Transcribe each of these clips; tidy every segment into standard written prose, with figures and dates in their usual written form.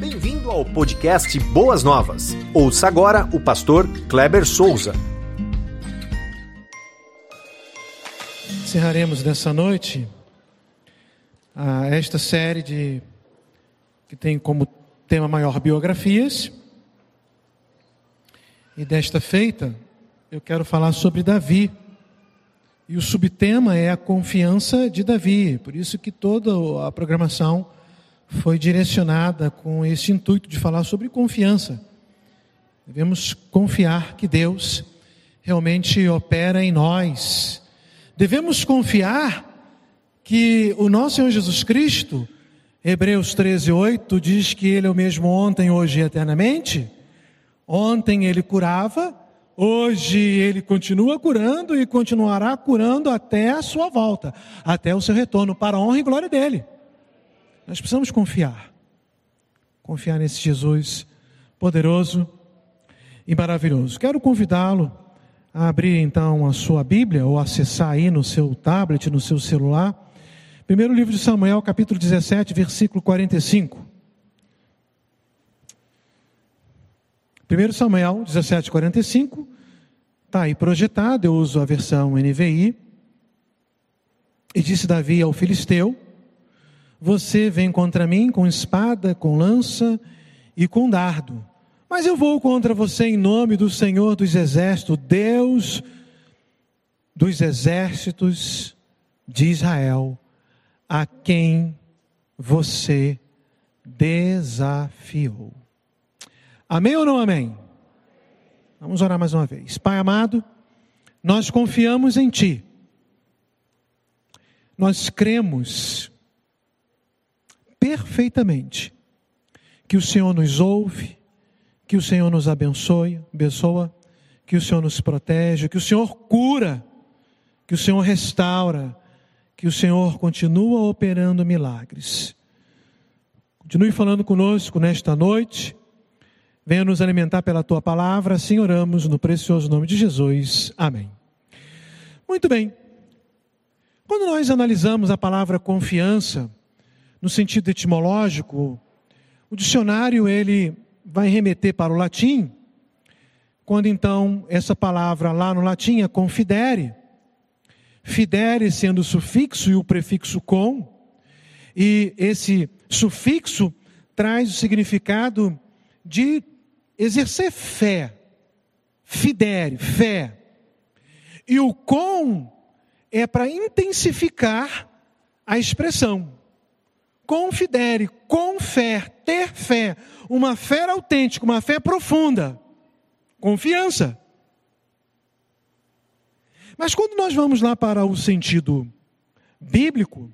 Bem-vindo ao podcast Boas Novas. Ouça agora o pastor Kleber Souza. Encerraremos nessa noite esta série que tem como tema maior biografias. E desta feita, eu quero falar sobre Davi. E o subtema é a confiança de Davi. Por isso que toda a programação foi direcionada com esse intuito de falar sobre confiança. Devemos confiar que Deus realmente opera em nós. Devemos confiar que o nosso Senhor Jesus Cristo, Hebreus 13:8, diz que Ele é o mesmo ontem, hoje e eternamente. Ontem Ele curava, hoje Ele continua curando e continuará curando até a sua volta, até o seu retorno, para a honra e glória dEle. Nós precisamos confiar nesse Jesus poderoso e maravilhoso. Quero convidá-lo a abrir então a sua Bíblia, ou acessar aí no seu tablet, no seu celular. Primeiro livro de Samuel, capítulo 17, versículo 45. 1 Samuel 17, 45. Está aí projetado, eu uso a versão NVI. E disse Davi ao filisteu: você vem contra mim com espada, com lança e com dardo. Mas eu vou contra você em nome do Senhor dos Exércitos, Deus dos Exércitos de Israel, a quem você desafiou. Amém ou não amém? Vamos orar mais uma vez. Pai amado, nós confiamos em Ti. Nós cremos perfeitamente que o Senhor nos ouve, que o Senhor nos abençoa, que o Senhor nos protege, que o Senhor cura, que o Senhor restaura, que o Senhor continua operando milagres. Continue falando conosco nesta noite. Venha nos alimentar pela Tua palavra. Assim oramos no precioso nome de Jesus. Amém. Muito bem. Quando nós analisamos a palavra confiança, no sentido etimológico, o dicionário ele vai remeter para o latim, quando então essa palavra lá no latim é confidere, fidere sendo o sufixo e o prefixo com, e esse sufixo traz o significado de exercer fé, fidere, fé, e o com é para intensificar a expressão. Confidere, com fé, ter fé, uma fé autêntica, uma fé profunda, confiança. Mas quando nós vamos lá para o sentido bíblico,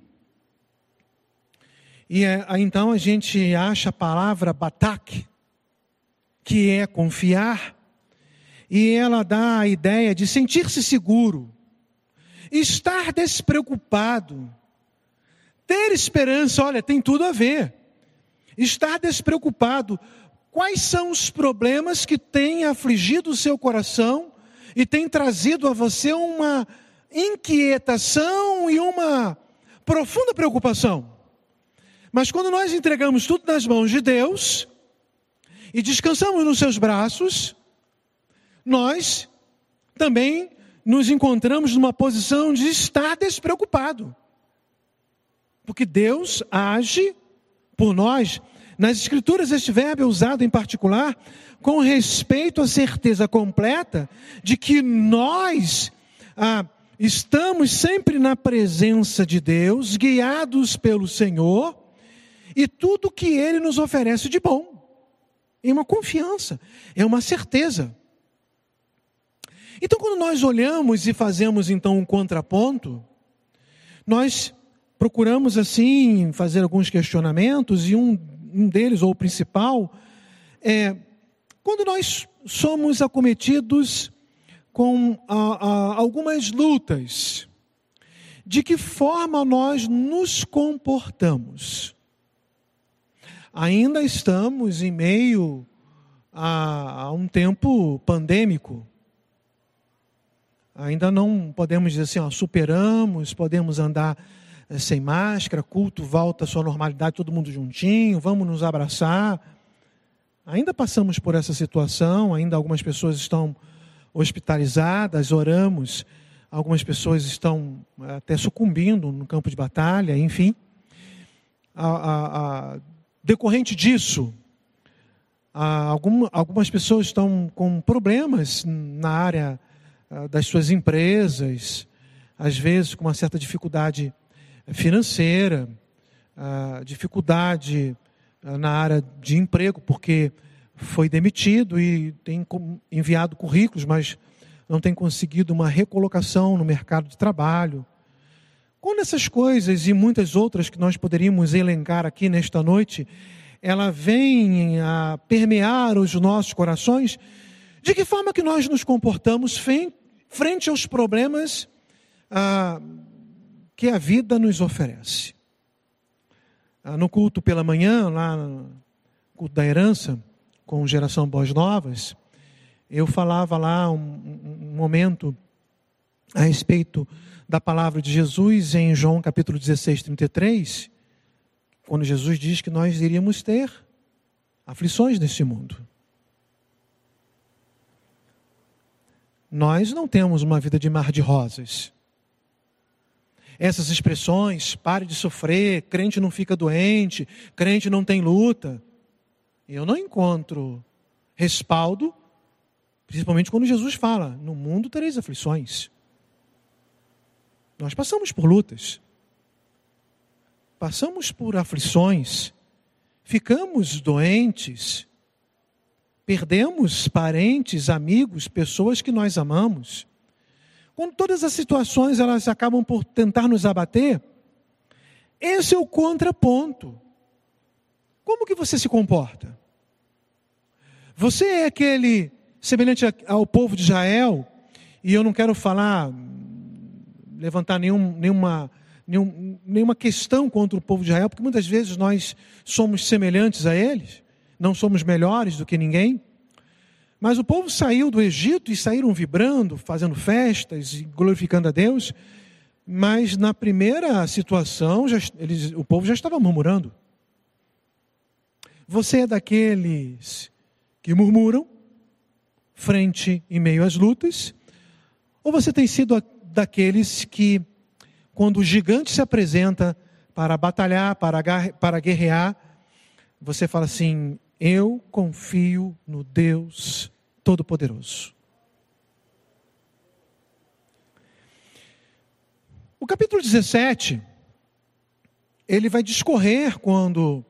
e então a gente acha a palavra batak, que é confiar, e ela dá a ideia de sentir-se seguro, estar despreocupado, ter esperança. Olha, tem tudo a ver. Estar despreocupado. Quais são os problemas que têm afligido o seu coração e têm trazido a você uma inquietação e uma profunda preocupação? Mas quando nós entregamos tudo nas mãos de Deus e descansamos nos seus braços, nós também nos encontramos numa posição de estar despreocupado. Porque Deus age por nós. Nas Escrituras, este verbo é usado em particular com respeito à certeza completa de que nós estamos sempre na presença de Deus, guiados pelo Senhor, e tudo que Ele nos oferece de bom. É uma confiança, é uma certeza. Então, quando nós olhamos e fazemos então um contraponto, nós procuramos assim fazer alguns questionamentos, e um deles, ou o principal, é quando nós somos acometidos com algumas lutas, de que forma nós nos comportamos? Ainda estamos em meio a um tempo pandêmico. Ainda não podemos dizer assim, superamos, podemos andar sem máscara, culto volta à sua normalidade, todo mundo juntinho, vamos nos abraçar. Ainda passamos por essa situação, ainda algumas pessoas estão hospitalizadas, oramos, algumas pessoas estão até sucumbindo no campo de batalha, enfim. Decorrente disso, algumas pessoas estão com problemas na área das suas empresas, às vezes com uma certa dificuldade financeira, dificuldade na área de emprego, porque foi demitido e tem enviado currículos, mas não tem conseguido uma recolocação no mercado de trabalho. Quando essas coisas e muitas outras que nós poderíamos elencar aqui nesta noite, ela vem a permear os nossos corações, de que forma que nós nos comportamos frente aos problemas que a vida nos oferece? No culto pela manhã, lá no culto da herança, com Geração Boas Novas, eu falava lá um momento a respeito da palavra de Jesus em João capítulo 16, 33, quando Jesus diz que nós iríamos ter aflições neste mundo. Nós não temos uma vida de mar de rosas. Essas expressões, pare de sofrer, crente não fica doente, crente não tem luta, eu não encontro respaldo, principalmente quando Jesus fala, no mundo tereis aflições. Nós passamos por lutas, passamos por aflições, ficamos doentes, perdemos parentes, amigos, pessoas que nós amamos. Quando todas as situações elas acabam por tentar nos abater, esse é o contraponto. Como que você se comporta? Você é aquele semelhante ao povo de Israel, e eu não quero levantar nenhuma questão contra o povo de Israel, porque muitas vezes nós somos semelhantes a eles, não somos melhores do que ninguém. Mas o povo saiu do Egito e saíram vibrando, fazendo festas e glorificando a Deus, mas na primeira situação o povo já estava murmurando. Você é daqueles que murmuram em meio às lutas, ou você tem sido daqueles que, quando o gigante se apresenta para batalhar, para guerrear, você fala assim: eu confio no Deus Todo-Poderoso. O capítulo 17, ele vai discorrer quando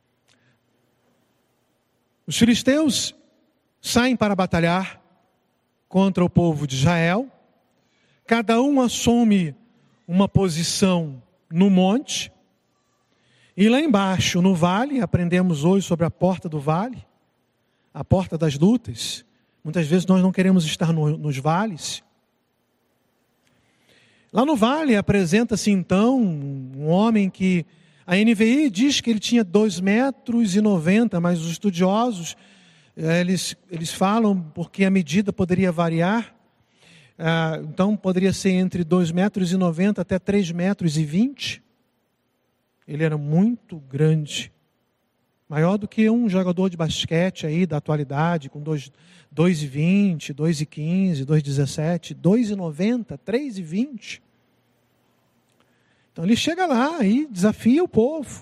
os filisteus saem para batalhar contra o povo de Israel. Cada um assume uma posição no monte. E lá embaixo, no vale, aprendemos hoje sobre a porta do vale, a porta das lutas. Muitas vezes nós não queremos estar nos vales. Lá no vale apresenta-se então um homem que a NVI diz que ele tinha 2,90 metros, mas os estudiosos, eles falam porque a medida poderia variar. Então poderia ser entre 2,90 metros até 3,20 metros. Ele era muito grande, maior do que um jogador de basquete aí da atualidade, com 2,20, 2,15, 2,17, 2,90, 3,20. Então ele chega lá e desafia o povo.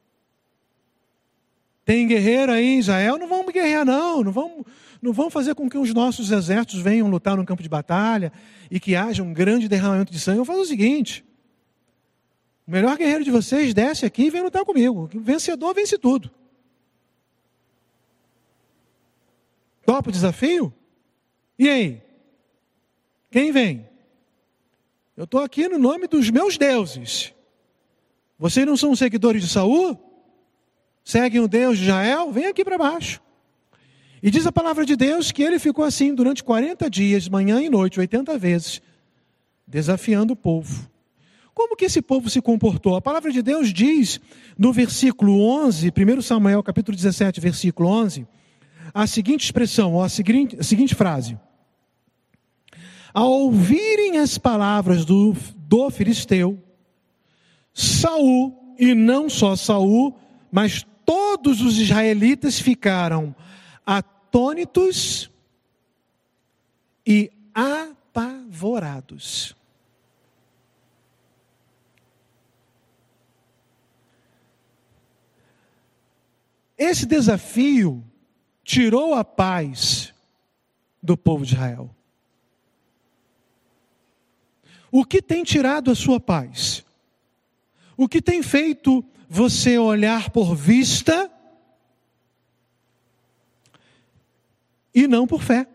Tem guerreiro aí em Israel, não vamos guerrear não vamos fazer com que os nossos exércitos venham lutar no campo de batalha e que haja um grande derramamento de sangue. Eu vou fazer o seguinte: o melhor guerreiro de vocês desce aqui e vem lutar comigo. O vencedor vence tudo. Topa o desafio? E aí? Quem vem? Eu estou aqui no nome dos meus deuses. Vocês não são seguidores de Saul? Seguem o Deus de Israel? Vem aqui para baixo. E diz a palavra de Deus que ele ficou assim durante 40 dias, manhã e noite, 80 vezes, desafiando o povo. Como que esse povo se comportou? A palavra de Deus diz no versículo 11, 1 Samuel capítulo 17, versículo 11, a seguinte expressão, a seguinte frase: ao ouvirem as palavras do filisteu, Saul, e não só Saul, mas todos os israelitas ficaram atônitos e apavorados. Esse desafio tirou a paz do povo de Israel. O que tem tirado a sua paz? O que tem feito você olhar por vista e não por fé?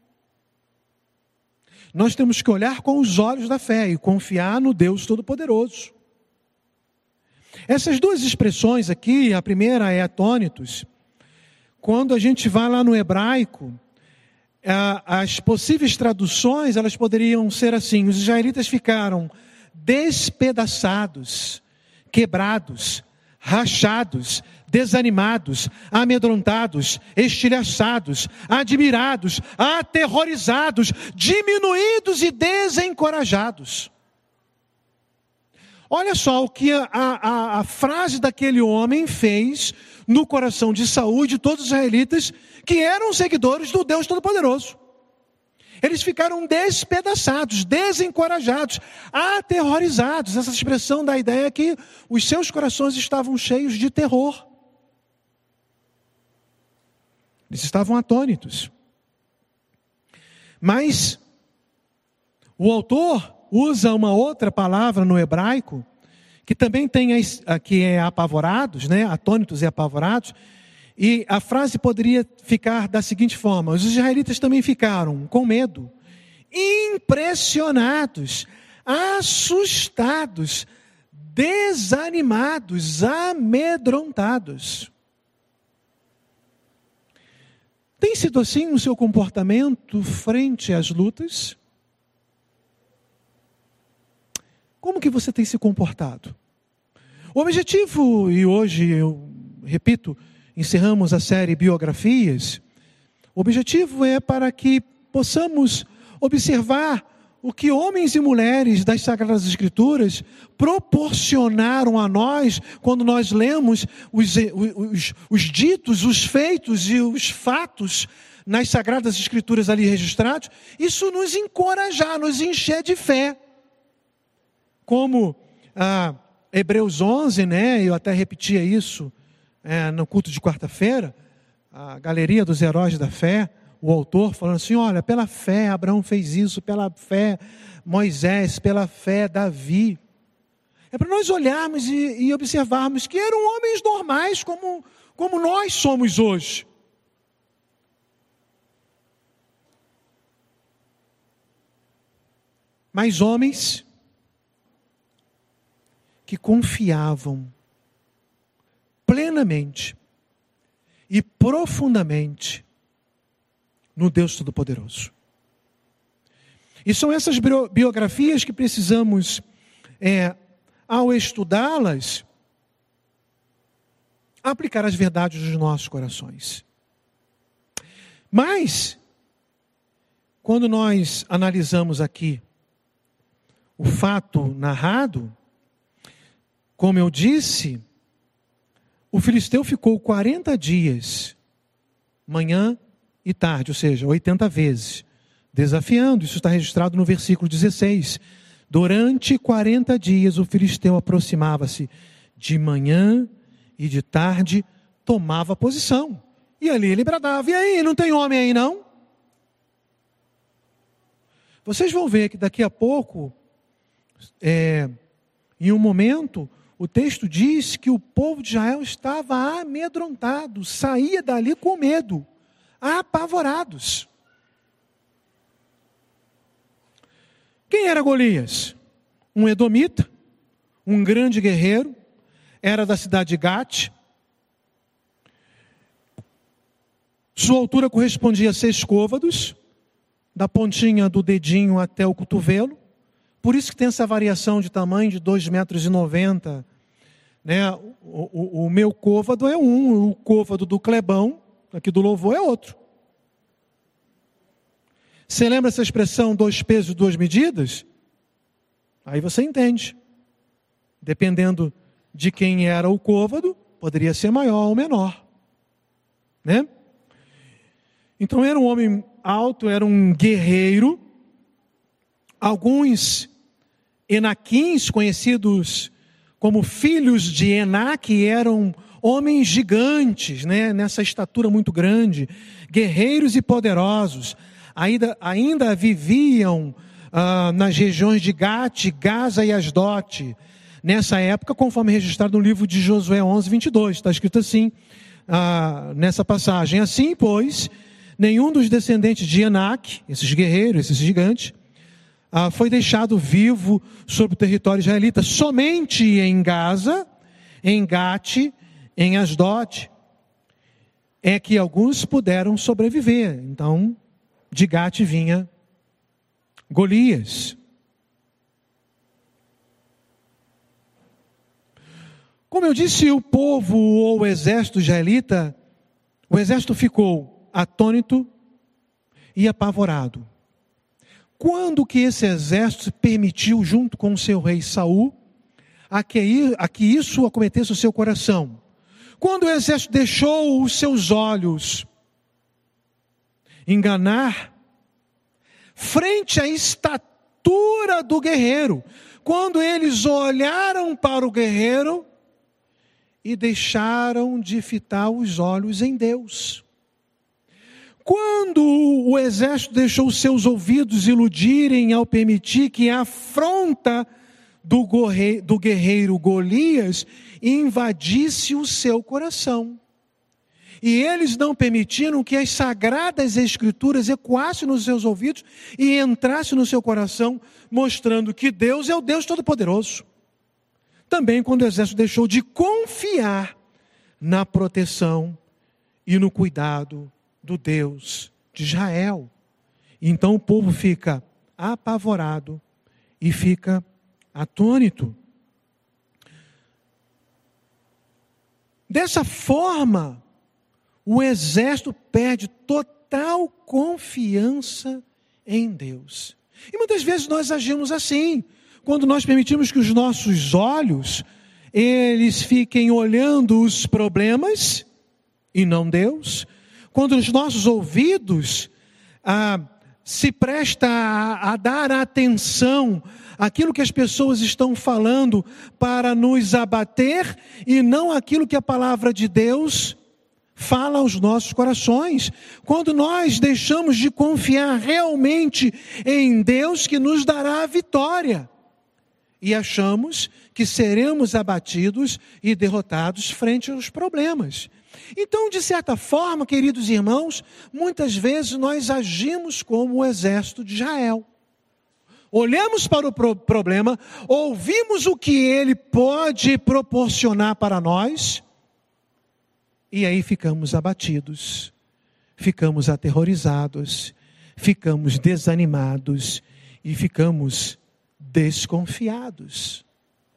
Nós temos que olhar com os olhos da fé e confiar no Deus Todo-Poderoso. Essas duas expressões aqui, a primeira é atônitos. Quando a gente vai lá no hebraico, as possíveis traduções, elas poderiam ser assim: os israelitas ficaram despedaçados, quebrados, rachados, desanimados, amedrontados, estilhaçados, admirados, aterrorizados, diminuídos e desencorajados. Olha só o que a frase daquele homem fez no coração de Saul e de todos os israelitas que eram seguidores do Deus Todo-Poderoso. Eles ficaram despedaçados, desencorajados, aterrorizados. Essa expressão dá a ideia que os seus corações estavam cheios de terror. Eles estavam atônitos. Mas o autor usa uma outra palavra no hebraico, que também tem que é apavorados, né? Atônitos e apavorados. E a frase poderia ficar da seguinte forma: os israelitas também ficaram com medo, impressionados, assustados, desanimados, amedrontados. Tem sido assim o seu comportamento frente às lutas? Como que você tem se comportado? O objetivo, e hoje eu repito, encerramos a série Biografias, o objetivo é para que possamos observar o que homens e mulheres das Sagradas Escrituras proporcionaram a nós quando nós lemos os ditos, os feitos e os fatos nas Sagradas Escrituras ali registrados. Isso nos encorajar, nos encher de fé. Como Hebreus 11, né? Eu até repetia isso no culto de quarta-feira, a galeria dos heróis da fé, o autor falando assim: olha, pela fé Abraão fez isso, pela fé Moisés, pela fé Davi. É para nós olharmos e observarmos que eram homens normais como nós somos hoje. Mas homens que confiavam plenamente e profundamente no Deus Todo-Poderoso. E são essas biografias que precisamos, ao estudá-las, aplicar as verdades dos nossos corações. Mas, quando nós analisamos aqui o fato narrado, como eu disse, o filisteu ficou 40 dias, manhã e tarde, ou seja, 80 vezes, desafiando. Isso está registrado no versículo 16. Durante 40 dias o filisteu aproximava-se de manhã e de tarde, tomava posição. E ali ele bradava: e aí, não tem homem aí não? Vocês vão ver que daqui a pouco, em um momento, o texto diz que o povo de Israel estava amedrontado, saía dali com medo, apavorados. Quem era Golias? Um edomita, um grande guerreiro, era da cidade de Gate. Sua altura correspondia a 6 côvados, da pontinha do dedinho até o cotovelo. Por isso que tem essa variação de tamanho de 2,90 m. Né? O meu côvado é um, o côvado do Clebão, aqui do louvor, é outro. Você lembra essa expressão 2 pesos, 2 medidas? Aí você entende. Dependendo de quem era o côvado, poderia ser maior ou menor, né? Então era um homem alto, era um guerreiro. Alguns Enaquins, conhecidos como filhos de Enaque, eram homens gigantes, né? Nessa estatura muito grande, guerreiros e poderosos. Ainda viviam nas regiões de Gate, Gaza e Asdote. Nessa época, conforme registrado no livro de Josué 11, 22. Está escrito assim, nessa passagem. Assim, pois, nenhum dos descendentes de Enaque, esses guerreiros, esses gigantes, foi deixado vivo sobre o território israelita. Somente em Gaza, em Gate, em Asdote, é que alguns puderam sobreviver. Então, de Gate vinha Golias. Como eu disse, o povo ou o exército israelita, o exército ficou atônito e apavorado. Quando que esse exército permitiu, junto com o seu rei Saul, a que isso acometesse o seu coração? Quando o exército deixou os seus olhos enganar frente à estatura do guerreiro, quando eles olharam para o guerreiro e deixaram de fitar os olhos em Deus. Quando o exército deixou seus ouvidos iludirem ao permitir que a afronta do guerreiro Golias invadisse o seu coração. E eles não permitiram que as sagradas escrituras ecoassem nos seus ouvidos e entrassem no seu coração, mostrando que Deus é o Deus Todo-Poderoso. Também quando o exército deixou de confiar na proteção e no cuidado do Deus de Israel. Então o povo fica apavorado e fica atônito. Dessa forma, o exército perde total confiança em Deus. E muitas vezes nós agimos assim, quando nós permitimos que os nossos olhos, eles fiquem olhando os problemas e não Deus. Quando os nossos ouvidos se prestam a dar atenção àquilo que as pessoas estão falando para nos abater e não aquilo que a palavra de Deus fala aos nossos corações. Quando nós deixamos de confiar realmente em Deus que nos dará a vitória e achamos que seremos abatidos e derrotados frente aos problemas. Então, de certa forma, queridos irmãos, muitas vezes nós agimos como o exército de Israel. Olhamos para o problema, ouvimos o que ele pode proporcionar para nós, e aí ficamos abatidos, ficamos aterrorizados, ficamos desanimados e ficamos desconfiados.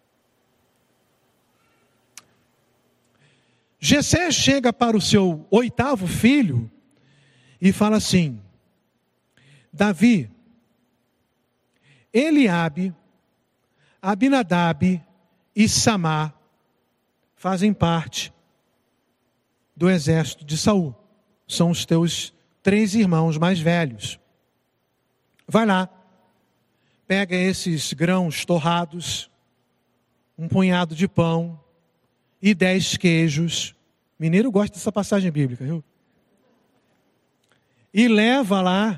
Jessé chega para o seu 8º filho e fala assim: Davi, Eliabe, Abinadab e Samá fazem parte do exército de Saul. São os teus 3 irmãos mais velhos. Vai lá, pega esses grãos torrados, um punhado de pão e 10 queijos. Mineiro gosta dessa passagem bíblica, viu? E leva lá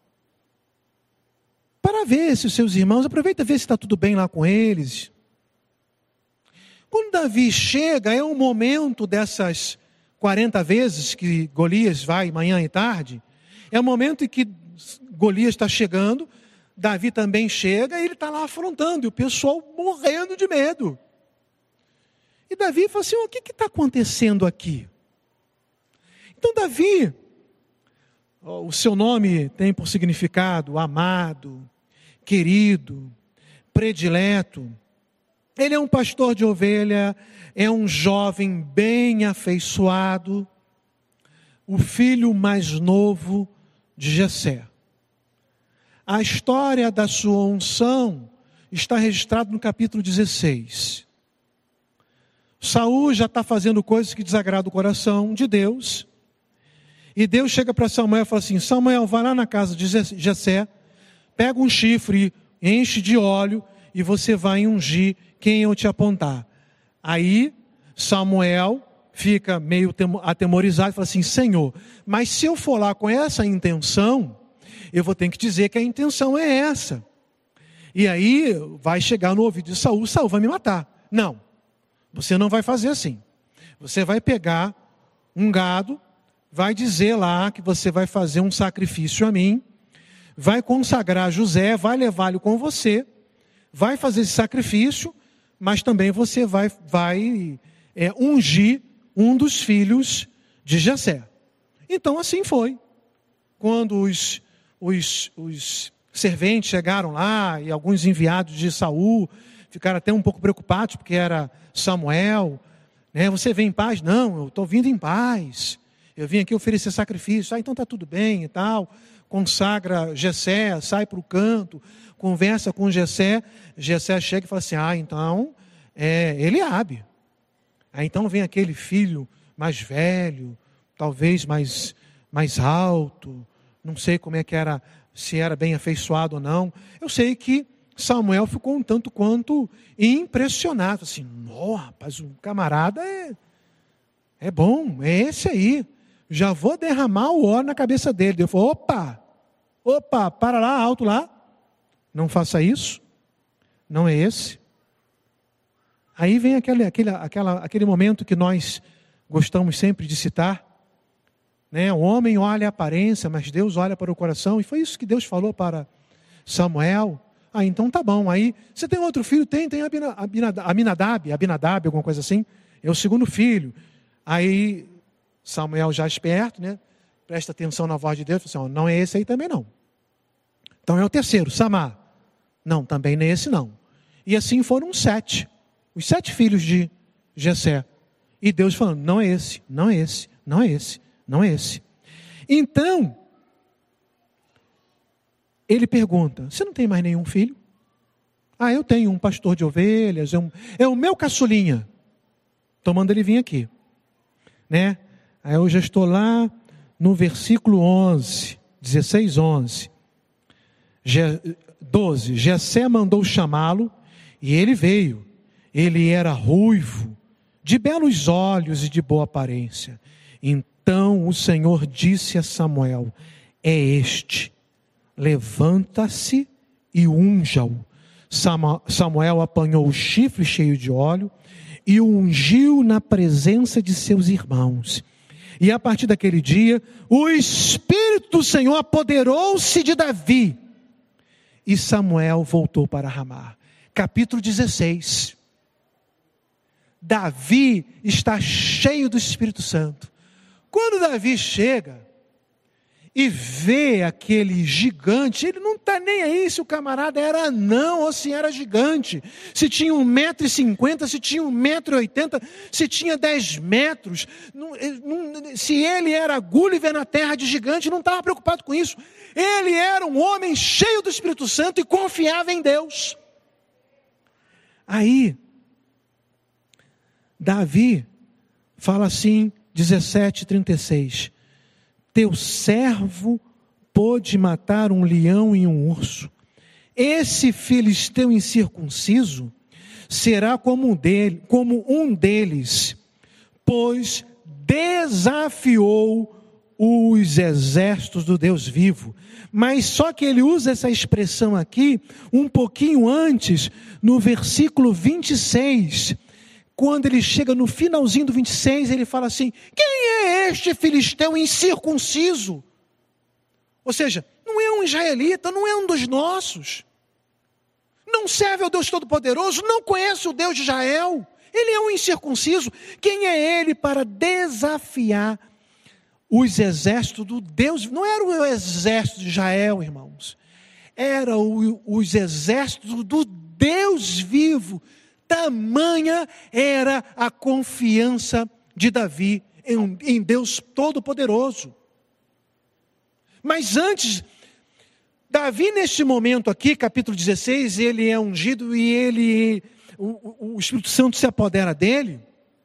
para ver se os seus irmãos, aproveita ver se está tudo bem lá com eles. Quando Davi chega, é um momento dessas 40 vezes que Golias vai manhã e tarde, é o momento em que Golias está chegando, Davi também chega e ele está lá afrontando, e o pessoal morrendo de medo. E Davi fala assim: o que está acontecendo aqui? Então Davi, o seu nome tem por significado amado, querido, predileto. Ele é um pastor de ovelha, é um jovem bem afeiçoado, o filho mais novo de Jessé. A história da sua unção está registrada no capítulo 16. Saul já está fazendo coisas que desagradam o coração de Deus. E Deus chega para Samuel e fala assim: Samuel, vai lá na casa de Jessé, pega um chifre, enche de óleo e você vai ungir quem eu te apontar. Aí Samuel fica meio atemorizado e fala assim: Senhor, mas se eu for lá com essa intenção, eu vou ter que dizer que a intenção é essa. E aí vai chegar no ouvido de Saul, Saul vai me matar. Não, você não vai fazer assim. Você vai pegar um gado, vai dizer lá que você vai fazer um sacrifício a mim, vai consagrar José, vai levá-lo com você, vai fazer esse sacrifício, mas também você vai ungir um dos filhos de Jessé. Então assim foi. Quando os serventes chegaram lá e alguns enviados de Saul ficaram até um pouco preocupados porque era Samuel, né? Você vem em paz? Não, eu estou vindo em paz. Eu vim aqui oferecer sacrifício. Então está tudo bem e tal. Consagra Jessé, sai para o canto, conversa com Jessé. Jessé chega e fala assim: então Eliabe. Aí então vem aquele filho mais velho, talvez mais alto, não sei como é que era, se era bem afeiçoado ou não. Eu sei que Samuel ficou um tanto quanto impressionado, assim: rapaz, o camarada é bom, é esse aí, já vou derramar o óleo na cabeça dele. Ele falou: opa, para lá, alto lá, não faça isso, não é esse. Aí vem aquele momento que nós gostamos sempre de citar, né? O homem olha a aparência, mas Deus olha para o coração, e foi isso que Deus falou para Samuel. Então tá bom. Aí, você tem outro filho? Tem Abinadab, alguma coisa assim, é o segundo filho. Aí Samuel, já esperto, né, presta atenção na voz de Deus, fala assim: não é esse aí também não. Então é o terceiro, Samar. Não, também não é esse não. E assim foram 7. Os 7 filhos de Jessé. E Deus falando: não é esse, não é esse, não é esse, não é esse. Então, ele pergunta: você não tem mais nenhum filho? Eu tenho um pastor de ovelhas, é o meu caçulinha. Então manda ele vir aqui, né? Aí eu já estou lá no versículo 16:11. 12. Jessé mandou chamá-lo e ele veio. Ele era ruivo, de belos olhos e de boa aparência. Então o Senhor disse a Samuel: é este, levanta-se e unja-o. Samuel apanhou o chifre cheio de óleo e o ungiu na presença de seus irmãos. E a partir daquele dia, o Espírito do Senhor apoderou-se de Davi. E Samuel voltou para Ramá. Capítulo 16. Davi está cheio do Espírito Santo. Quando Davi chega e vê aquele gigante, ele não está nem aí se o camarada era anão ou se era gigante, se tinha 1,50 m, se tinha 1,80 m, se tinha 10 metros, se ele era Gulliver na terra de gigante, não estava preocupado com isso. Ele era um homem cheio do Espírito Santo e confiava em Deus. Aí Davi fala assim, 17:36, teu servo pôde matar um leão e um urso. Esse filisteu incircunciso será como um deles, pois desafiou os exércitos do Deus vivo. Mas só que ele usa essa expressão aqui um pouquinho antes, no versículo 26. Quando ele chega no finalzinho do 26, ele fala assim: quem é este filisteu incircunciso? Ou seja, não é um israelita, não é um dos nossos. Não serve ao Deus Todo-Poderoso, não conhece o Deus de Israel. Ele é um incircunciso. Quem é ele para desafiar os exércitos do Deus? Não era o exército de Israel, irmãos. Era os exércitos do Deus vivo. Tamanha era a confiança de Davi em Deus Todo-Poderoso. Mas antes, Davi neste momento aqui, capítulo 16, ele é ungido e o Espírito Santo se apodera dele.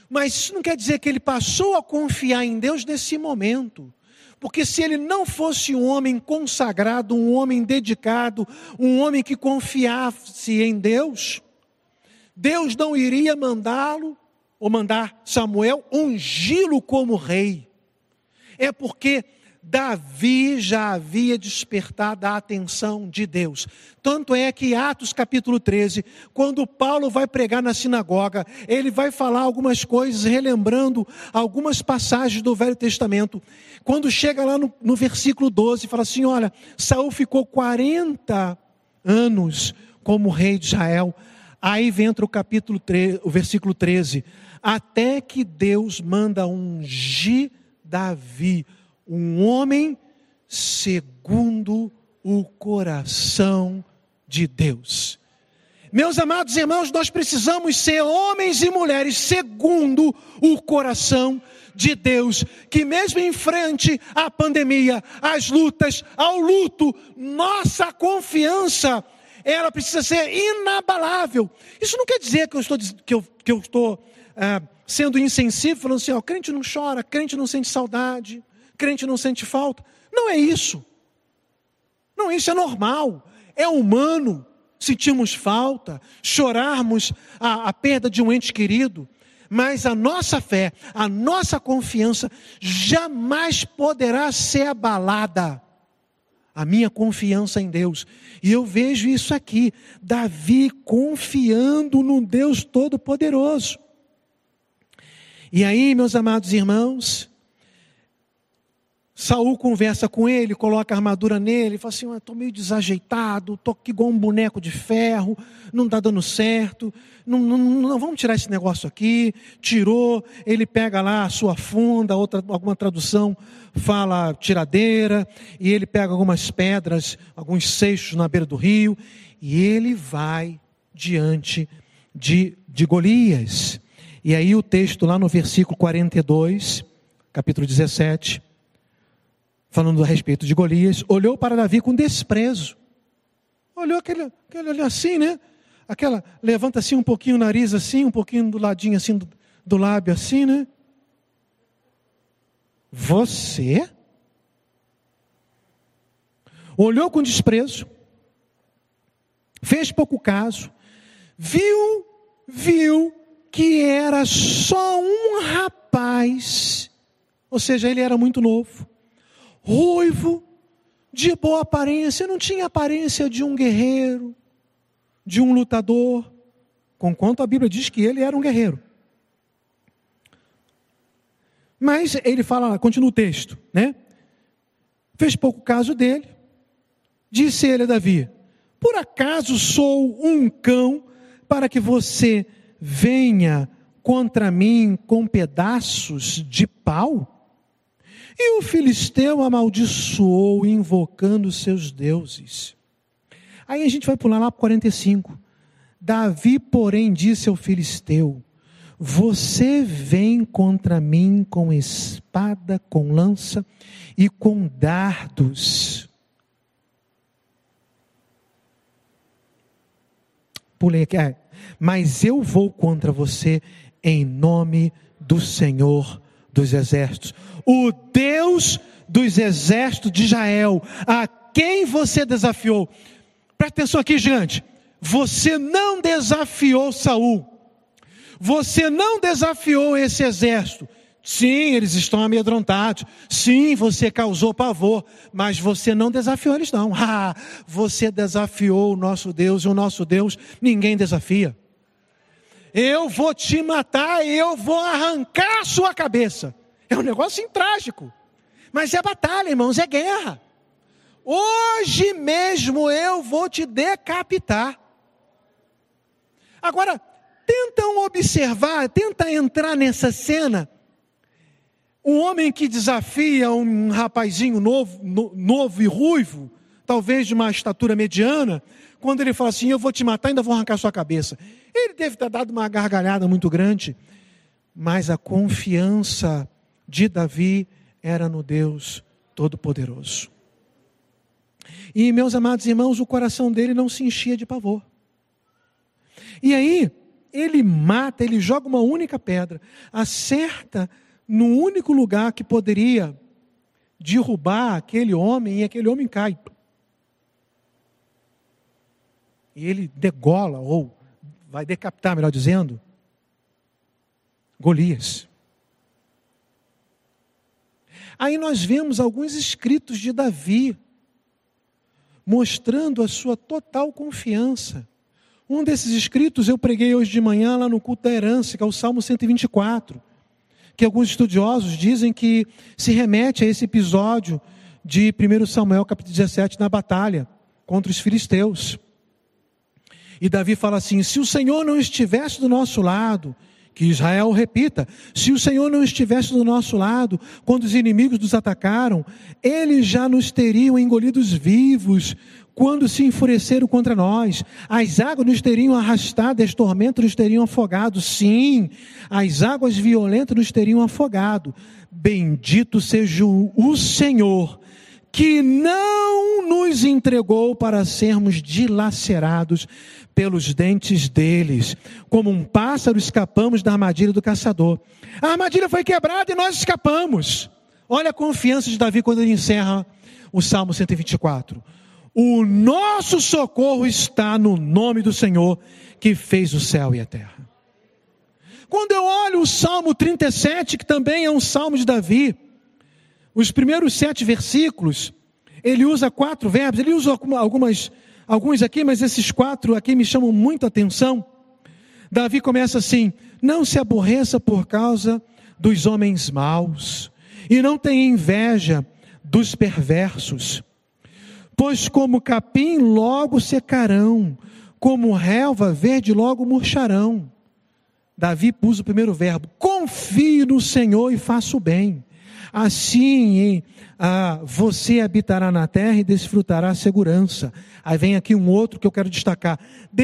Mas isso não quer dizer que ele passou a confiar em Deus nesse momento. Porque se ele não fosse um homem consagrado, um homem dedicado, um homem que confiasse em Deus, Deus não iria mandá-lo, ou mandar Samuel, ungí-lo como rei. É porque Davi já havia despertado a atenção de Deus. Tanto é que Atos capítulo 13, quando Paulo vai pregar na sinagoga, ele vai falar algumas coisas, relembrando algumas passagens do Velho Testamento. Quando chega lá no versículo 12, fala assim, olha, Saul ficou 40 anos como rei de Israel. Aí entra o versículo 13, até que Deus manda ungir Davi, um homem segundo o coração de Deus. Meus amados irmãos, nós precisamos ser homens e mulheres segundo o coração de Deus, que mesmo em frente à pandemia, às lutas, ao luto, nossa confiança, ela precisa ser inabalável. Isso não quer dizer que eu estou sendo insensível, falando assim, crente não chora, crente não sente saudade, crente não sente falta. Não é isso. Não, isso é normal, é humano. Sentimos falta, chorarmos a perda de um ente querido. Mas a nossa fé, a nossa confiança jamais poderá ser abalada. A minha confiança em Deus. E eu vejo isso aqui, Davi confiando no Deus Todo-Poderoso. E aí, meus amados irmãos, Saul conversa com ele, coloca a armadura nele, fala assim, estou meio desajeitado, estou aqui igual um boneco de ferro, não está dando certo, não, vamos tirar esse negócio aqui. Tirou, ele pega lá a sua funda, alguma tradução fala tiradeira, e ele pega algumas pedras, alguns seixos na beira do rio, e ele vai diante de Golias. E aí o texto lá no versículo 42, capítulo 17, falando a respeito de Golias, olhou para Davi com desprezo. Olhou aquele olhar assim, né? Levanta assim um pouquinho o nariz assim, um pouquinho do ladinho assim do lábio assim, né? Você? Olhou com desprezo, fez pouco caso, viu que era só um rapaz, ou seja, ele era muito novo, ruivo, de boa aparência, não tinha aparência de um guerreiro, de um lutador, conquanto a Bíblia diz que ele era um guerreiro. Mas ele fala, continua o texto, né? Fez pouco caso dele, disse ele a Davi, por acaso sou um cão para que você venha contra mim com pedaços de pau? E o filisteu amaldiçoou, invocando seus deuses. Aí a gente vai pular lá para 45. Davi, porém, disse ao filisteu, você vem contra mim com espada, com lança e com dardos. Pulei aqui. Mas eu vou contra você em nome do Senhor dos exércitos, o Deus dos exércitos de Israel, a quem você desafiou. Presta atenção aqui, gente. Você não desafiou Saul. Você não desafiou esse exército. Sim, eles estão amedrontados. Sim, você causou pavor. Mas você não desafiou eles não. Você desafiou o nosso Deus. E o nosso Deus ninguém desafia. Eu vou te matar e eu vou arrancar a sua cabeça. É um negócio assim, trágico. Mas é batalha, irmãos, é guerra. Hoje mesmo eu vou te decapitar. Agora, tentam observar, tenta entrar nessa cena. Um homem que desafia um rapazinho novo e ruivo, talvez de uma estatura mediana, quando ele fala assim, eu vou te matar e ainda vou arrancar sua cabeça. Ele deve ter dado uma gargalhada muito grande, mas a confiança de Davi era no Deus Todo-Poderoso. E, meus amados irmãos, o coração dele não se enchia de pavor. E aí, ele mata, ele joga uma única pedra, acerta no único lugar que poderia derrubar aquele homem, e aquele homem cai. E ele degola, ou vai decapitar, melhor dizendo, Golias. Aí nós vemos alguns escritos de Davi, mostrando a sua total confiança. Um desses escritos eu preguei hoje de manhã lá no culto da herança, que é o Salmo 124, que alguns estudiosos dizem que se remete a esse episódio de 1 Samuel capítulo 17, na batalha contra os filisteus. E Davi fala assim: se o Senhor não estivesse do nosso lado, que Israel repita, se o Senhor não estivesse do nosso lado, quando os inimigos nos atacaram, eles já nos teriam engolidos vivos, quando se enfureceram contra nós. As águas nos teriam arrastado, as tormentas nos teriam afogado. Sim, as águas violentas nos teriam afogado. Bendito seja o Senhor, que não nos entregou para sermos dilacerados pelos dentes deles. Como um pássaro escapamos da armadilha do caçador. A armadilha foi quebrada e nós escapamos. Olha a confiança de Davi quando ele encerra o Salmo 124. O nosso socorro está no nome do Senhor, que fez o céu e a terra. Quando eu olho o Salmo 37, que também é um salmo de Davi, os primeiros 7 versículos, ele usa 4 verbos, ele usa alguns aqui, mas esses 4 aqui me chamam muito a atenção. Davi começa assim: não se aborreça por causa dos homens maus, e não tenha inveja dos perversos, pois como capim logo secarão, como relva verde logo murcharão. Davi usa o primeiro verbo: confie no Senhor e faça o bem. Assim você habitará na terra e desfrutará a segurança. Aí vem aqui um outro que eu quero destacar: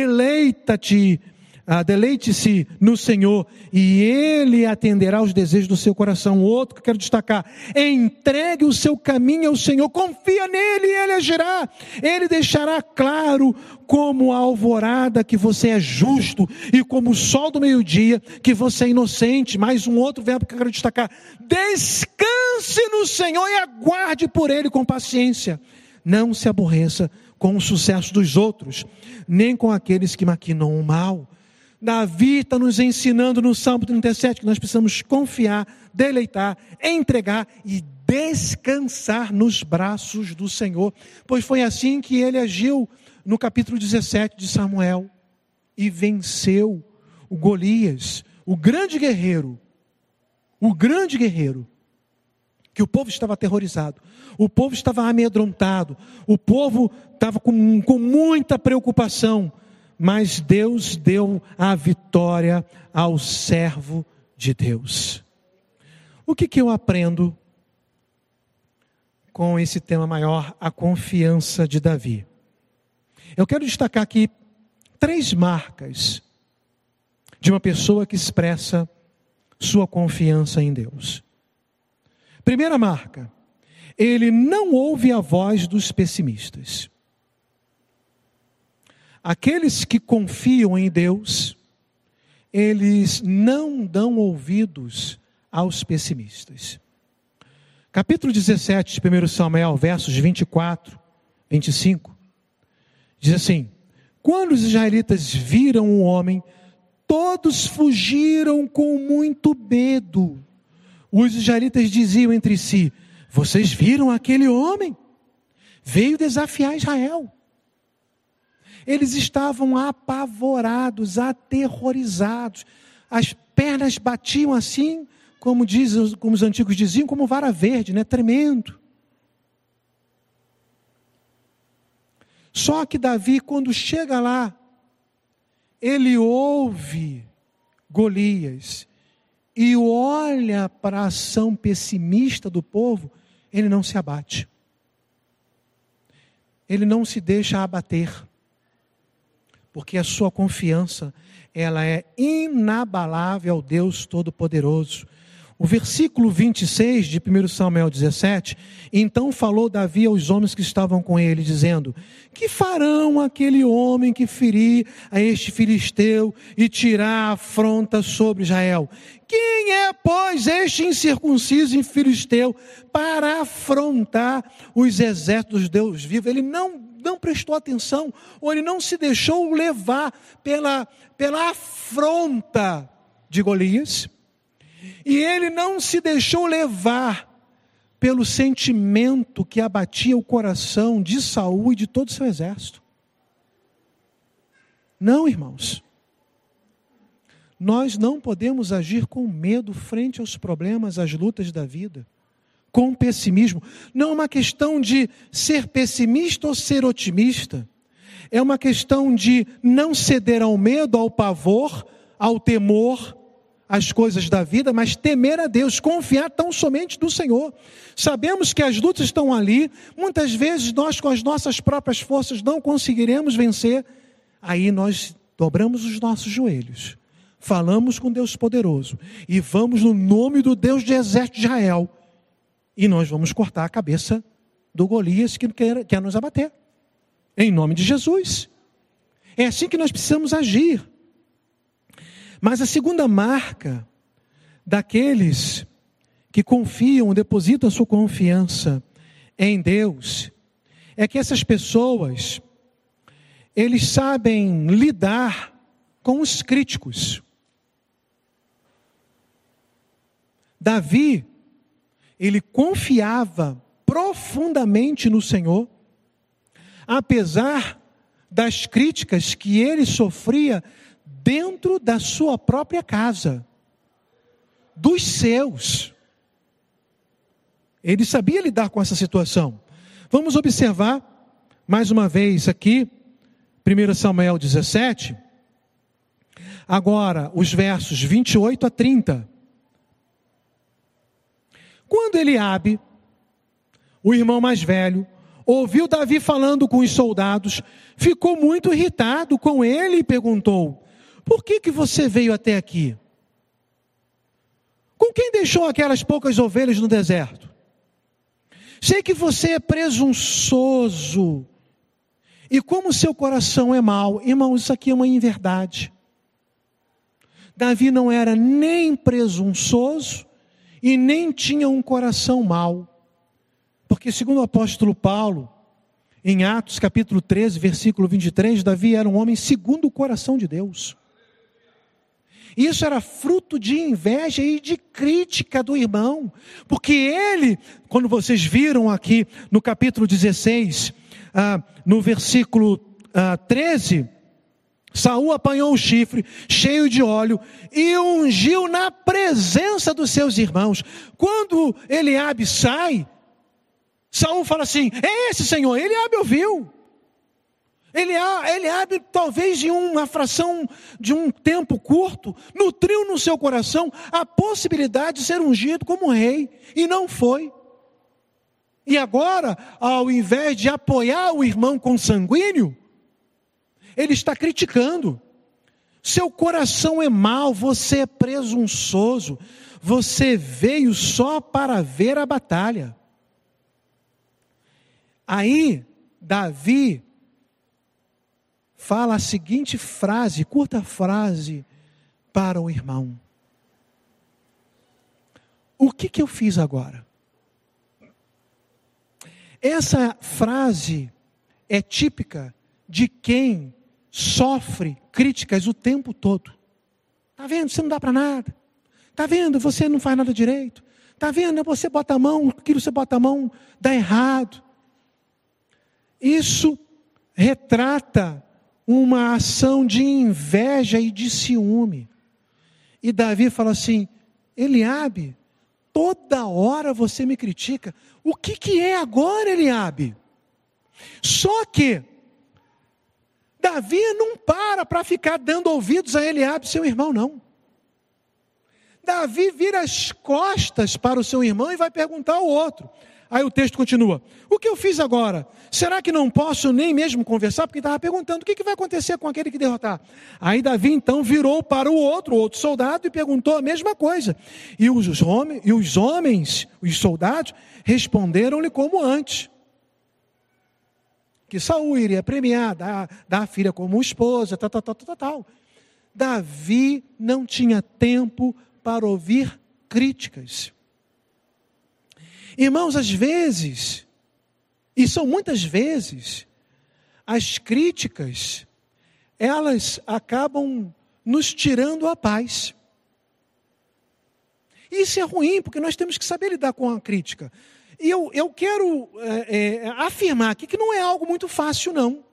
deleite-se no Senhor e Ele atenderá aos desejos do seu coração. Outro que eu quero destacar: entregue o seu caminho ao Senhor, confia nele e Ele agirá. Ele deixará claro como a alvorada que você é justo, e como o sol do meio-dia que você é inocente. Mais um outro verbo que eu quero destacar: descanse no Senhor e aguarde por Ele com paciência. Não se aborreça com o sucesso dos outros, nem com aqueles que maquinam o mal. Davi está nos ensinando no Salmo 37 que nós precisamos confiar, deleitar, entregar e descansar nos braços do Senhor. Pois foi assim que ele agiu no capítulo 17 de Samuel e venceu o Golias, o grande guerreiro, que o povo estava aterrorizado, o povo estava amedrontado, o povo estava com muita preocupação. Mas Deus deu a vitória ao servo de Deus. O que eu aprendo com esse tema maior, a confiança de Davi? Eu quero destacar aqui 3 marcas de uma pessoa que expressa sua confiança em Deus. Primeira marca: ele não ouve a voz dos pessimistas. Aqueles que confiam em Deus, eles não dão ouvidos aos pessimistas. Capítulo 17 de 1 Samuel, versos 24, 25, diz assim: quando os israelitas viram o homem, todos fugiram com muito medo. Os israelitas diziam entre si: vocês viram aquele homem? Veio desafiar Israel. Eles estavam apavorados, aterrorizados. As pernas batiam assim, como os antigos diziam, como vara verde, né? Tremendo. Só que Davi, quando chega lá, ele ouve Golias e olha para a ação pessimista do povo, ele não se abate. Ele não se deixa abater. Porque a sua confiança, ela é inabalável ao Deus Todo-Poderoso. O versículo 26 de 1 Samuel 17, então falou Davi aos homens que estavam com ele, dizendo: que farão aquele homem que ferir a este filisteu e tirar a afronta sobre Israel? Quem é, pois, este incircunciso e filisteu para afrontar os exércitos dos Deus vivos? Ele não prestou atenção, ou ele não se deixou levar pela afronta de Golias. E ele não se deixou levar pelo sentimento que abatia o coração de Saul e de todo o seu exército. Não, irmãos. Nós não podemos agir com medo frente aos problemas, às lutas da vida, com pessimismo. Não é uma questão de ser pessimista ou ser otimista. É uma questão de não ceder ao medo, ao pavor, ao temor, as coisas da vida, mas temer a Deus, confiar tão somente no Senhor. Sabemos que as lutas estão ali, muitas vezes nós com as nossas próprias forças não conseguiremos vencer, aí nós dobramos os nossos joelhos, falamos com Deus poderoso, e vamos no nome do Deus de exército de Israel, e nós vamos cortar a cabeça do Golias que quer nos abater, em nome de Jesus. É assim que nós precisamos agir. Mas a segunda marca daqueles que confiam, depositam a sua confiança em Deus, é que essas pessoas, eles sabem lidar com os críticos. Davi, ele confiava profundamente no Senhor, apesar das críticas que ele sofria dentro da sua própria casa, dos seus. Ele sabia lidar com essa situação. Vamos observar, mais uma vez aqui, 1 Samuel 17, agora os versos 28 a 30. Quando Eliabe, o irmão mais velho, ouviu Davi falando com os soldados, ficou muito irritado com ele e perguntou: por que você veio até aqui? Com quem deixou aquelas poucas ovelhas no deserto? Sei que você é presunçoso, e como seu coração é mau. Irmãos, isso aqui é uma inverdade. Davi não era nem presunçoso, e nem tinha um coração mau. Porque segundo o apóstolo Paulo, em Atos capítulo 13, versículo 23, Davi era um homem segundo o coração de Deus. Isso era fruto de inveja e de crítica do irmão, porque ele, quando vocês viram aqui no capítulo 16, no versículo 13, Saul apanhou o chifre cheio de óleo e ungiu na presença dos seus irmãos. Quando Eliabe sai, Saul fala assim: é esse Senhor. Eliabe ouviu. Eliabe, talvez em uma fração de um tempo curto, nutriu no seu coração a possibilidade de ser ungido como rei, e não foi. E agora, ao invés de apoiar o irmão consanguíneo, ele está criticando. Seu coração é mau, você é presunçoso, você veio só para ver a batalha. Aí, Davi fala a seguinte frase, curta frase, para o irmão: o que eu fiz agora? Essa frase é típica de quem sofre críticas o tempo todo. Está vendo? Você não dá para nada. Está vendo? Você não faz nada direito. Está vendo? Você bota a mão, aquilo que você bota a mão dá errado. Isso retrata uma ação de inveja e de ciúme. E Davi fala assim: Eliabe, toda hora você me critica. O que é agora, Eliabe? Só que Davi não para ficar dando ouvidos a Eliabe, seu irmão, não. Davi vira as costas para o seu irmão e vai perguntar ao outro. Aí o texto continua. O que eu fiz agora? Será que não posso nem mesmo conversar? Porque estava perguntando, o que vai acontecer com aquele que derrotar? Aí Davi então virou para o outro soldado, e perguntou a mesma coisa. E os soldados, responderam-lhe como antes. Que Saul iria premiar, dar a filha como esposa, tal. Davi não tinha tempo para ouvir críticas. Irmãos, às vezes, e são muitas vezes, as críticas, elas acabam nos tirando a paz. Isso é ruim, porque nós temos que saber lidar com a crítica. E eu quero afirmar aqui que não é algo muito fácil, não.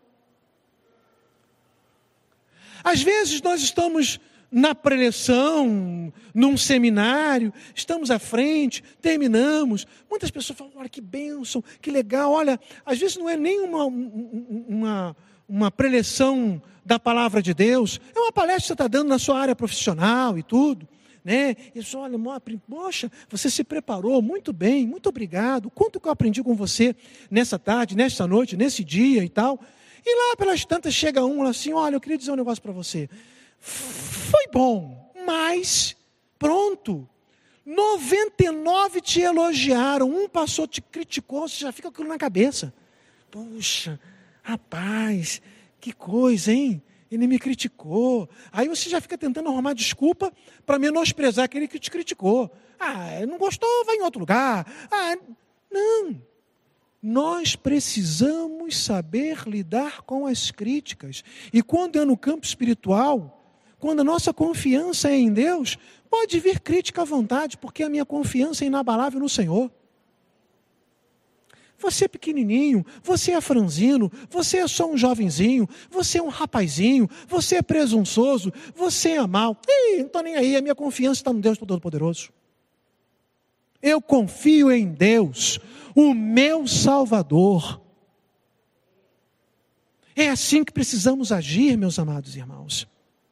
Às vezes nós estamos na preleção, num seminário, estamos à frente, terminamos. Muitas pessoas falam, olha que bênção, que legal. Olha, às vezes não é nem uma preleção da palavra de Deus. É uma palestra que você está dando na sua área profissional e tudo. Né? E só, olha, poxa, você se preparou muito bem, muito obrigado. Quanto que eu aprendi com você nessa tarde, nessa noite, nesse dia e tal. E lá pelas tantas chega um assim, olha, eu queria dizer um negócio para você. Foi bom, mas pronto. 99 te elogiaram, um passou, te criticou, você já fica com aquilo na cabeça. Puxa, rapaz, que coisa, hein? Ele me criticou. Aí você já fica tentando arrumar desculpa para menosprezar aquele que te criticou. Não gostou, vai em outro lugar. Não. Nós precisamos saber lidar com as críticas. E quando é no campo espiritual, quando a nossa confiança é em Deus, pode vir crítica à vontade, porque a minha confiança é inabalável no Senhor. Você é pequenininho, você é franzino, você é só um jovenzinho, você é um rapazinho, você é presunçoso, você é mau. Não estou nem aí, a minha confiança está no Deus Todo-Poderoso. Eu confio em Deus, o meu Salvador. É assim que precisamos agir, meus amados irmãos.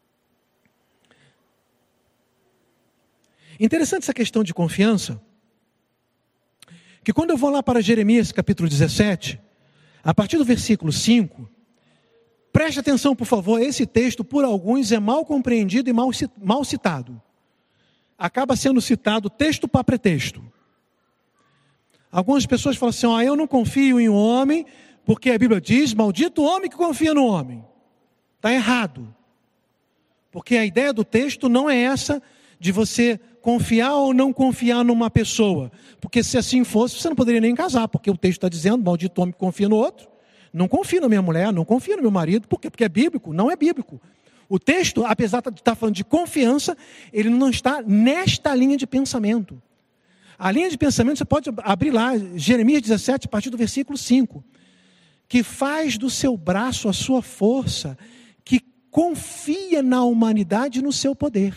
Interessante essa questão de confiança, que quando eu vou lá para Jeremias capítulo 17, a partir do versículo 5, preste atenção por favor, esse texto por alguns é mal compreendido e mal citado. Acaba sendo citado texto para pretexto. Algumas pessoas falam assim, eu não confio em um homem, porque a Bíblia diz, maldito o homem que confia no homem. Está errado. Porque a ideia do texto não é essa de você confiar ou não confiar numa pessoa. Porque se assim fosse, você não poderia nem casar, porque o texto está dizendo, maldito homem que confia no outro. Não confio na minha mulher, não confio no meu marido. Por quê? Porque é bíblico? Não é bíblico. O texto, apesar de estar falando de confiança, ele não está nesta linha de pensamento. A linha de pensamento, você pode abrir lá, Jeremias 17, a partir do versículo 5. Que faz do seu braço a sua força, que confia na humanidade e no seu poder.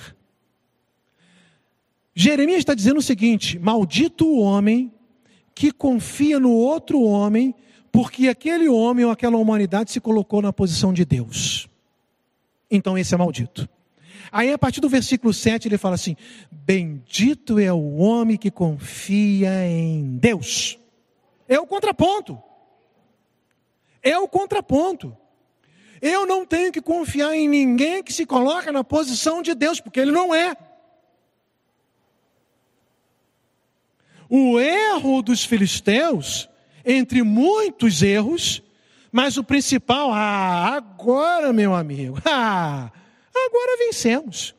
Jeremias está dizendo o seguinte, maldito o homem que confia no outro homem, porque aquele homem ou aquela humanidade se colocou na posição de Deus. Então esse é maldito. Aí a partir do versículo 7 ele fala assim, bendito é o homem que confia em Deus. É o contraponto. É o contraponto. Eu não tenho que confiar em ninguém que se coloca na posição de Deus, porque ele não é. O erro dos filisteus, entre muitos erros, mas o principal, agora meu amigo, agora vencemos.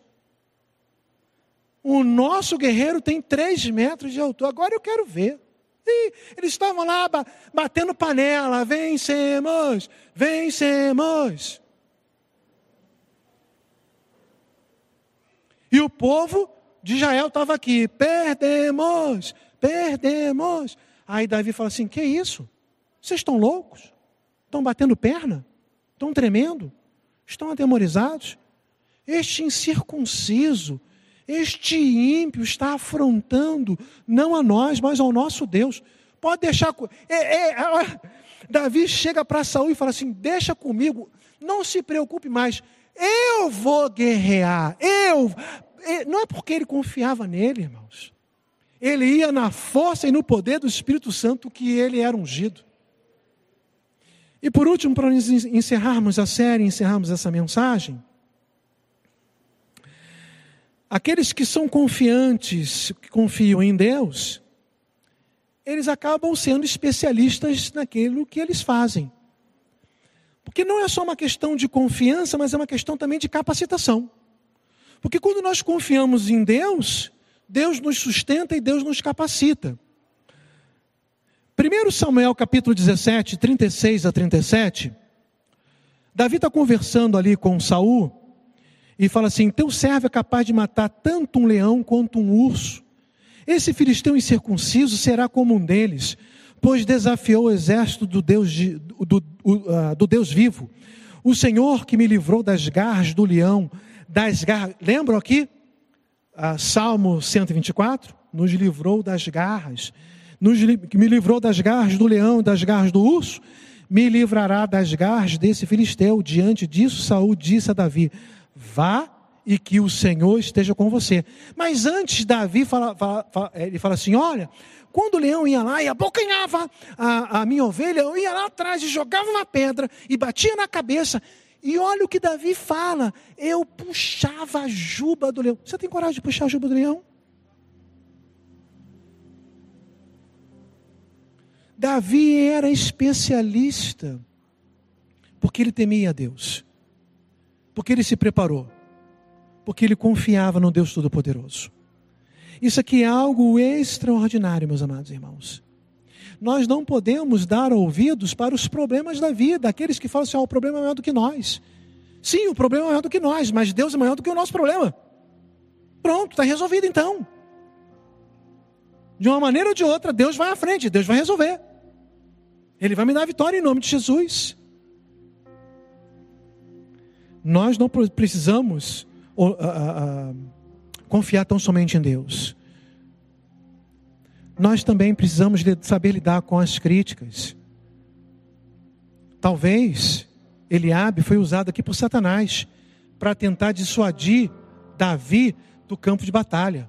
O nosso guerreiro tem 3 metros de altura, agora eu quero ver. E eles estavam lá batendo panela, vencemos, vencemos. E o povo de Israel estava aqui, perdemos. Aí Davi fala assim, que isso? Vocês estão loucos? Estão batendo perna? Estão tremendo? Estão atemorizados? Este incircunciso, este ímpio está afrontando, não a nós, mas ao nosso Deus. Pode deixar... Davi chega para Saul e fala assim, deixa comigo, não se preocupe mais, eu vou guerrear, Não é porque ele confiava nele, irmãos. ele ia na força e no poder do Espírito Santo, que ele era ungido. E por último, para encerrarmos a série, encerrarmos essa mensagem, aqueles que são confiantes, que confiam em Deus, eles acabam sendo especialistas naquilo que eles fazem. Porque não é só uma questão de confiança, mas é uma questão também de capacitação. Porque quando nós confiamos em Deus, Deus nos sustenta e Deus nos capacita. 1 Samuel capítulo 17, 36 a 37, Davi está conversando ali com Saul e fala assim: teu servo é capaz de matar tanto um leão quanto um urso. Esse filisteu incircunciso será como um deles, pois desafiou o exército do Deus vivo. O Senhor que me livrou das garras do leão, lembram aqui? Salmo 124, nos livrou das garras, me livrou das garras do leão e das garras do urso, me livrará das garras desse filisteu. Diante disso, Saul disse a Davi: vá e que o Senhor esteja com você. Mas antes, Davi ele fala assim: olha, quando o leão ia lá e abocanhava a minha ovelha, eu ia lá atrás e jogava uma pedra e batia na cabeça. E olha o que Davi fala: eu puxava a juba do leão. Você tem coragem de puxar a juba do leão? Davi era especialista, porque ele temia a Deus, porque ele se preparou, porque ele confiava no Deus Todo-Poderoso. Isso aqui é algo extraordinário, meus amados irmãos. Nós não podemos dar ouvidos para os problemas da vida, aqueles que falam assim: o problema é maior do que nós. Sim, o problema é maior do que nós, mas Deus é maior do que o nosso problema. Pronto, está resolvido então. De uma maneira ou de outra, Deus vai à frente, Deus vai resolver. Ele vai me dar a vitória em nome de Jesus. Nós não precisamos confiar tão somente em Deus. Nós também precisamos saber lidar com as críticas. Talvez Eliabe foi usado aqui por Satanás para tentar dissuadir Davi do campo de batalha.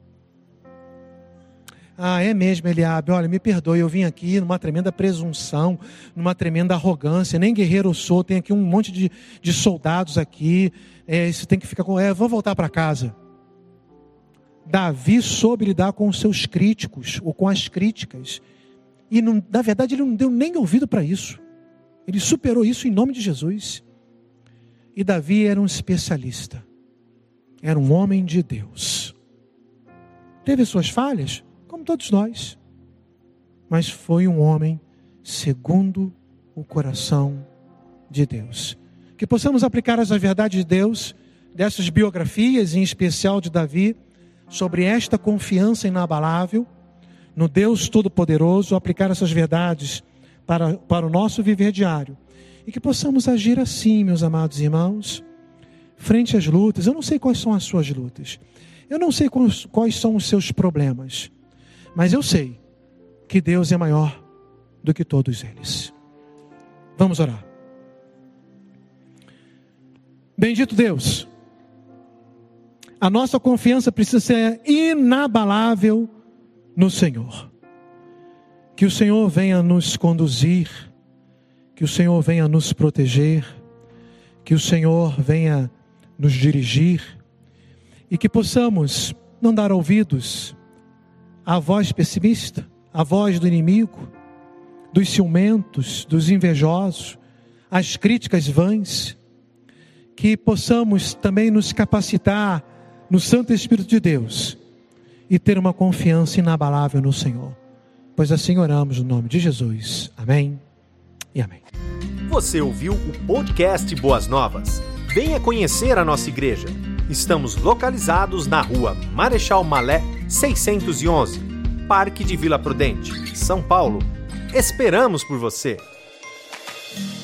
É mesmo, Eliabe, olha, me perdoe, eu vim aqui numa tremenda presunção, numa tremenda arrogância, nem guerreiro eu sou, tem aqui um monte de soldados aqui, você tem que ficar com... vou voltar para casa. Davi soube lidar com os seus críticos, ou com as críticas, e na verdade ele não deu nem ouvido para isso, ele superou isso em nome de Jesus. E Davi era um especialista, era um homem de Deus, teve suas falhas, como todos nós, mas foi um homem segundo o coração de Deus. Que possamos aplicar as verdades de Deus, dessas biografias, em especial de Davi, sobre esta confiança inabalável no Deus Todo-Poderoso, aplicar essas verdades para o nosso viver diário. E que possamos agir assim, meus amados irmãos, frente às lutas. Eu não sei quais são as suas lutas, eu não sei quais são os seus problemas, mas eu sei que Deus é maior do que todos eles. Vamos orar. Bendito Deus, a nossa confiança precisa ser inabalável no Senhor. Que o Senhor venha nos conduzir, que o Senhor venha nos proteger, que o Senhor venha nos dirigir, e que possamos não dar ouvidos à voz pessimista, à voz do inimigo, dos ciumentos, dos invejosos, às críticas vãs. Que possamos também nos capacitar no Santo Espírito de Deus e ter uma confiança inabalável no Senhor, pois assim oramos no nome de Jesus. Amém e amém. Você ouviu o podcast Boas Novas? Venha conhecer a nossa igreja. Estamos localizados na rua Marechal Malé 611, Parque de Vila Prudente, São Paulo. Esperamos por você!